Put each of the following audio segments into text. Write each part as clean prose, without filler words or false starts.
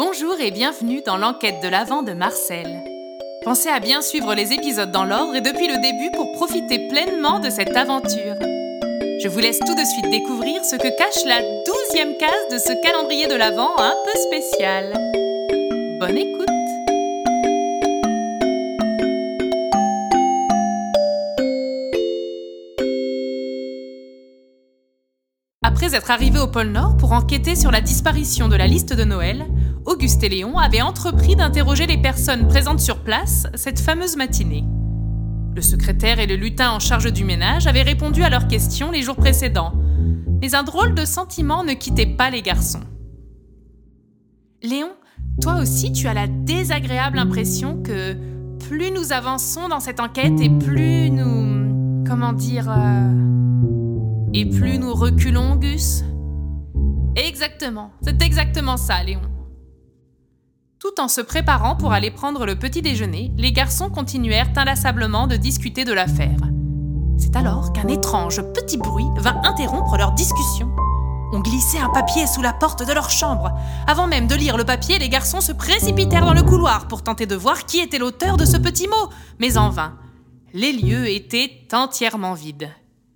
Bonjour et bienvenue dans l'enquête de l'Avent de Marcel. Pensez à bien suivre les épisodes dans l'ordre et depuis le début pour profiter pleinement de cette aventure. Je vous laisse tout de suite découvrir ce que cache la 12e case de ce calendrier de l'Avent un peu spécial. Bonne écoute! Après être arrivés au pôle Nord pour enquêter sur la disparition de la liste de Noël, Auguste et Léon avaient entrepris d'interroger les personnes présentes sur place cette fameuse matinée. Le secrétaire et le lutin en charge du ménage avaient répondu à leurs questions les jours précédents, mais un drôle de sentiment ne quittait pas les garçons. Léon, toi aussi tu as la désagréable impression que plus nous avançons dans cette enquête et plus nous... Et plus nous reculons, Gus ? Exactement, c'est exactement ça, Léon. Tout en se préparant pour aller prendre le petit déjeuner, les garçons continuèrent inlassablement de discuter de l'affaire. C'est alors qu'un étrange petit bruit vint interrompre leur discussion. On glissait un papier sous la porte de leur chambre. Avant même de lire le papier, les garçons se précipitèrent dans le couloir pour tenter de voir qui était l'auteur de ce petit mot. Mais en vain, les lieux étaient entièrement vides.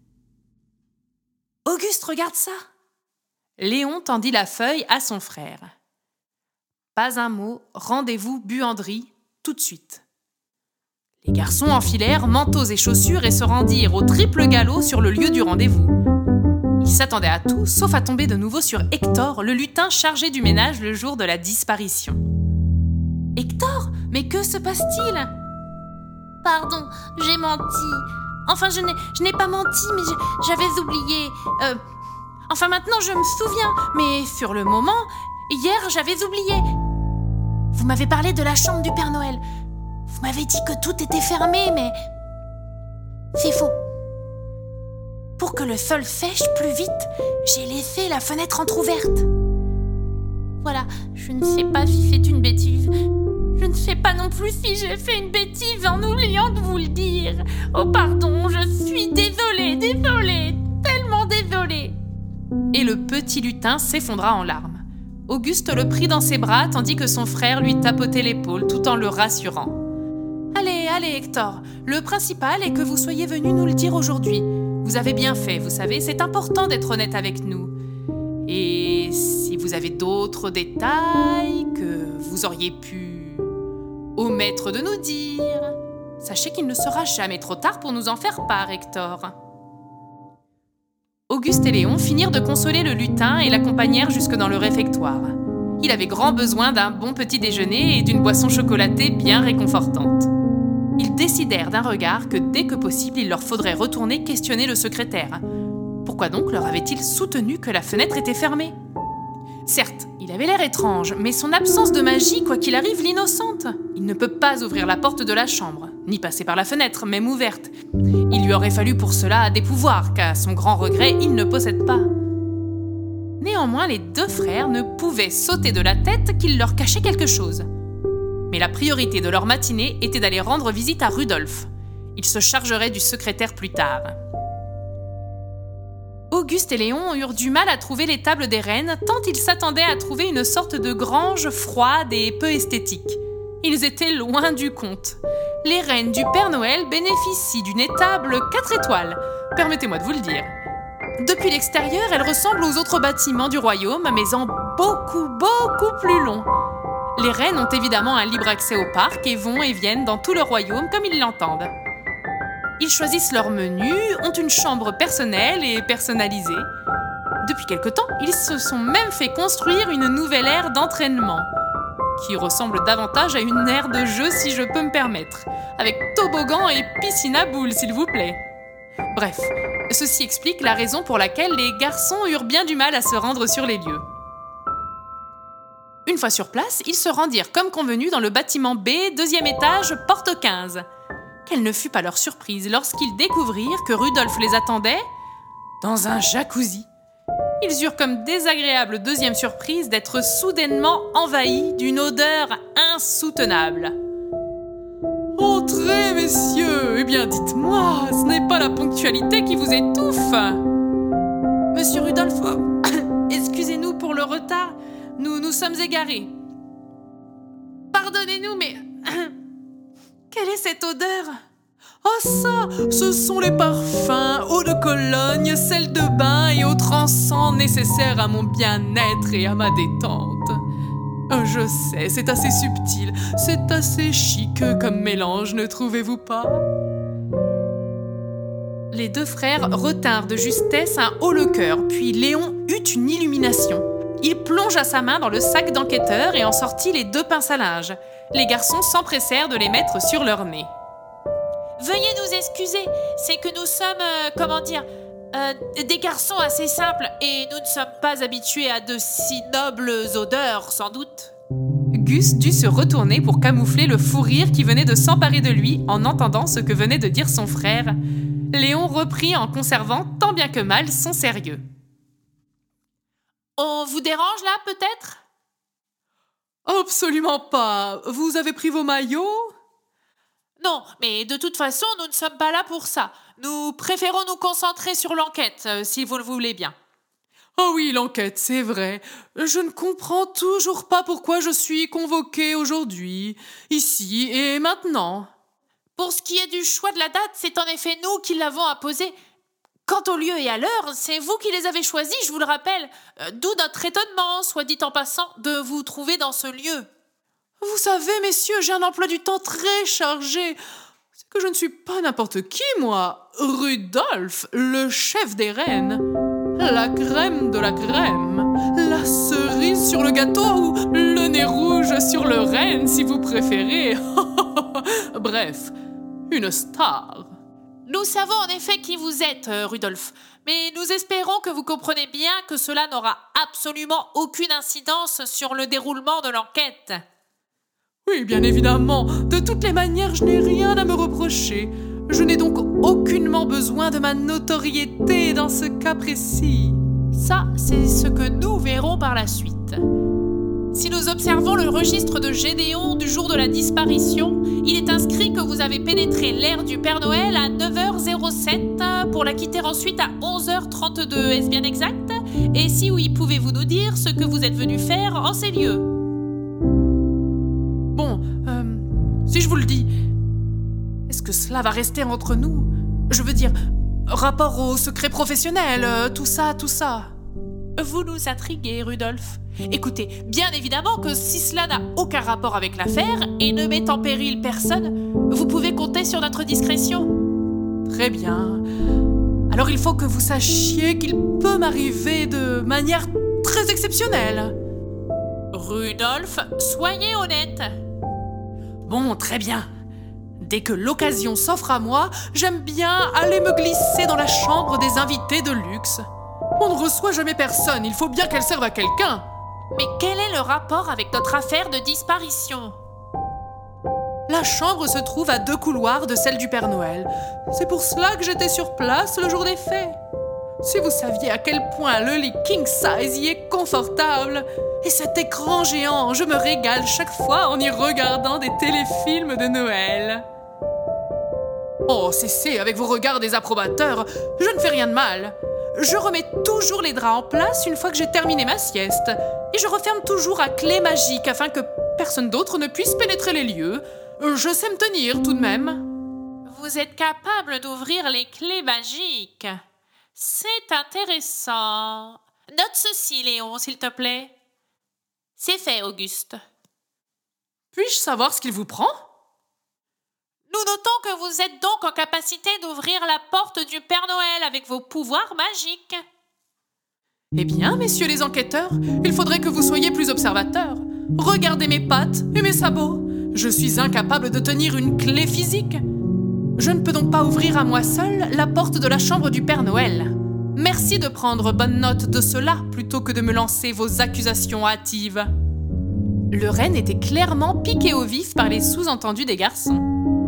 « Auguste, regarde ça !» Léon tendit la feuille à son frère. Pas un mot, rendez-vous buanderie, tout de suite. Les garçons enfilèrent manteaux et chaussures et se rendirent au triple galop sur le lieu du rendez-vous. Ils s'attendaient à tout, sauf à tomber de nouveau sur Hector, le lutin chargé du ménage le jour de la disparition. « Hector, mais que se passe-t-il ?»« Pardon, j'ai menti. Enfin, je n'ai pas menti, mais j'avais oublié. Enfin, maintenant, je me souviens, mais sur le moment, hier, j'avais oublié. Vous m'avez parlé de la chambre du Père Noël. Vous m'avez dit que tout était fermé, mais... c'est faux. Pour que le sol sèche plus vite, j'ai laissé la fenêtre entrouverte. Voilà, je ne sais pas si c'est une bêtise. Je ne sais pas non plus si j'ai fait une bêtise en oubliant de vous le dire. Oh pardon, je suis désolée, tellement désolée. » Et le petit lutin s'effondra en larmes. Auguste le prit dans ses bras tandis que son frère lui tapotait l'épaule tout en le rassurant. « Allez, Hector, le principal est que vous soyez venu nous le dire aujourd'hui. Vous avez bien fait, vous savez, c'est important d'être honnête avec nous. Et si vous avez d'autres détails que vous auriez pu omettre de nous dire, sachez qu'il ne sera jamais trop tard pour nous en faire part, Hector. » Auguste et Léon finirent de consoler le lutin et l'accompagnèrent jusque dans le réfectoire. Il avait grand besoin d'un bon petit déjeuner et d'une boisson chocolatée bien réconfortante. Ils décidèrent d'un regard que dès que possible, il leur faudrait retourner questionner le secrétaire. Pourquoi donc leur avait-il soutenu que la fenêtre était fermée ? Certes, il avait l'air étrange, mais son absence de magie, quoi qu'il arrive, l'innocente. Il ne peut pas ouvrir la porte de la chambre, ni passer par la fenêtre, même ouverte. Il lui aurait fallu pour cela des pouvoirs, qu'à son grand regret, il ne possède pas. Néanmoins, les deux frères ne pouvaient s'ôter de la tête qu'il leur cachait quelque chose. Mais la priorité de leur matinée était d'aller rendre visite à Rudolf. Ils se chargeraient du secrétaire plus tard. Auguste et Léon eurent du mal à trouver les tables des rennes tant ils s'attendaient à trouver une sorte de grange froide et peu esthétique. Ils étaient loin du compte. Les rennes du Père Noël bénéficient d'une étable 4 étoiles, permettez-moi de vous le dire. Depuis l'extérieur, elle ressemble aux autres bâtiments du royaume, mais en beaucoup plus long. Les rennes ont évidemment un libre accès au parc et vont et viennent dans tout le royaume comme ils l'entendent. Ils choisissent leur menu, ont une chambre personnelle et personnalisée. Depuis quelque temps, ils se sont même fait construire une nouvelle aire d'entraînement, qui ressemble davantage à une aire de jeu si je peux me permettre, avec toboggan et piscine à boules s'il vous plaît. Bref, ceci explique la raison pour laquelle les garçons eurent bien du mal à se rendre sur les lieux. Une fois sur place, ils se rendirent comme convenu dans le bâtiment B, 2e étage, porte 15. Quelle ne fut pas leur surprise lorsqu'ils découvrirent que Rudolf les attendait dans un jacuzzi. Ils eurent comme désagréable deuxième surprise d'être soudainement envahis d'une odeur insoutenable. « Entrez, messieurs ! Eh bien, dites-moi, ce n'est pas la ponctualité qui vous étouffe !»« Monsieur Rudolf, excusez-nous pour le retard, nous nous sommes égarés. » pardonnez-nous, mais... Quelle est cette odeur? Oh ça, ce sont les parfums, eau de Cologne, sel de bain et autres encens nécessaires à mon bien-être et à ma détente. Je sais, c'est assez subtil, c'est assez chic comme mélange, ne trouvez-vous pas? Les deux frères retinrent de justesse un haut-le-cœur, puis Léon eut une illumination. Il plongea sa main dans le sac d'enquêteur et en sortit les 2 pinces à linge. Les garçons s'empressèrent de les mettre sur leur nez. Veuillez nous excuser, c'est que nous sommes, des garçons assez simples et nous ne sommes pas habitués à de si nobles odeurs, sans doute. Gus dut se retourner pour camoufler le fou rire qui venait de s'emparer de lui en entendant ce que venait de dire son frère. Léon reprit en conservant tant bien que mal son sérieux. On vous dérange là, peut-être? Absolument pas. Vous avez pris vos maillots? Non, mais de toute façon, nous ne sommes pas là pour ça. Nous préférons nous concentrer sur l'enquête, si vous le voulez bien. Oh oui, l'enquête, c'est vrai. Je ne comprends toujours pas pourquoi je suis convoquée aujourd'hui, ici et maintenant. Pour ce qui est du choix de la date, c'est en effet nous qui l'avons imposé. Quant au lieu et à l'heure, c'est vous qui les avez choisis, je vous le rappelle. D'où notre étonnement, soit dit en passant, de vous trouver dans ce lieu. Vous savez, messieurs, j'ai un emploi du temps très chargé. C'est que je ne suis pas n'importe qui, moi. Rudolph, le chef des reines. La crème de la crème. La cerise sur le gâteau ou le nez rouge sur le renne, si vous préférez. Bref, une star. Nous savons en effet qui vous êtes, Rudolph, mais nous espérons que vous comprenez bien que cela n'aura absolument aucune incidence sur le déroulement de l'enquête. Oui, bien évidemment. De toutes les manières, je n'ai rien à me reprocher. Je n'ai donc aucunement besoin de ma notoriété dans ce cas précis. Ça, c'est ce que nous verrons par la suite. Si nous observons le registre de Gédéon du jour de la disparition, il est inscrit que vous avez pénétré l'aire du Père Noël à 9h07 pour la quitter ensuite à 11h32. Est-ce bien exact? Et si oui, pouvez-vous nous dire ce que vous êtes venu faire en ces lieux? Bon, si je vous le dis, est-ce que cela va rester entre nous? Je veux dire, rapport au secret professionnel, tout ça. Vous nous intriguez, Rudolph. Écoutez, bien évidemment que si cela n'a aucun rapport avec l'affaire et ne met en péril personne, vous pouvez compter sur notre discrétion. Très bien. Alors il faut que vous sachiez qu'il peut m'arriver de manière très exceptionnelle. Rudolph, soyez honnête. Bon, très bien. Dès que l'occasion s'offre à moi, j'aime bien aller me glisser dans la chambre des invités de luxe. On ne reçoit jamais personne, il faut bien qu'elle serve à quelqu'un. Mais quel est le rapport avec notre affaire de disparition? La chambre se trouve à 2 couloirs de celle du Père Noël. C'est pour cela que j'étais sur place le jour des faits. Si vous saviez à quel point le lit king size y est confortable. Et cet écran géant, je me régale chaque fois en y regardant des téléfilms de Noël. Oh, cessez avec vos regards désapprobateurs, je ne fais rien de mal. Je remets toujours les draps en place une fois que j'ai terminé ma sieste. Et je referme toujours à clé magique afin que personne d'autre ne puisse pénétrer les lieux. Je sais me tenir tout de même. Vous êtes capable d'ouvrir les clés magiques. C'est intéressant. Note ceci, Léon, s'il te plaît. C'est fait, Auguste. Puis-je savoir ce qu'il vous prend? Nous notons que vous êtes donc en capacité d'ouvrir la porte du Père Noël avec vos pouvoirs magiques. Eh bien, messieurs les enquêteurs, il faudrait que vous soyez plus observateurs. Regardez mes pattes et mes sabots. Je suis incapable de tenir une clé physique. Je ne peux donc pas ouvrir à moi seul la porte de la chambre du Père Noël. Merci de prendre bonne note de cela plutôt que de me lancer vos accusations hâtives. Le renne était clairement piqué au vif par les sous-entendus des garçons.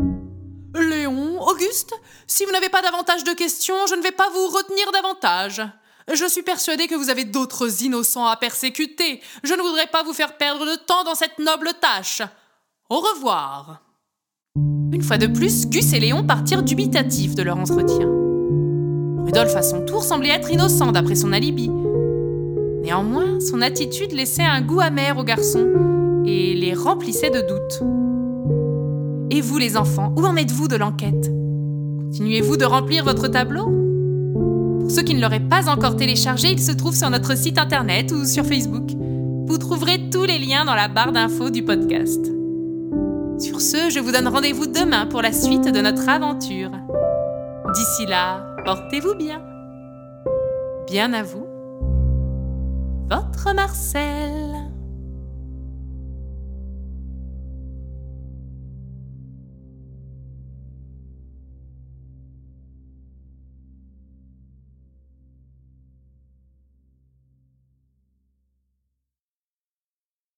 Léon, Auguste, si vous n'avez pas davantage de questions, je ne vais pas vous retenir davantage. Je suis persuadée que vous avez d'autres innocents à persécuter. Je ne voudrais pas vous faire perdre de temps dans cette noble tâche. Au revoir. Une fois de plus, Gus et Léon partirent dubitatifs de leur entretien. Rudolph, à son tour, semblait être innocent d'après son alibi. Néanmoins, son attitude laissait un goût amer au garçon, et les remplissait de doutes. Et vous les enfants, où en êtes-vous de l'enquête ? Continuez-vous de remplir votre tableau ? Pour ceux qui ne l'auraient pas encore téléchargé, il se trouve sur notre site internet ou sur Facebook. Vous trouverez tous les liens dans la barre d'infos du podcast. Sur ce, je vous donne rendez-vous demain pour la suite de notre aventure. D'ici là, portez-vous bien. Bien à vous, votre Marcel.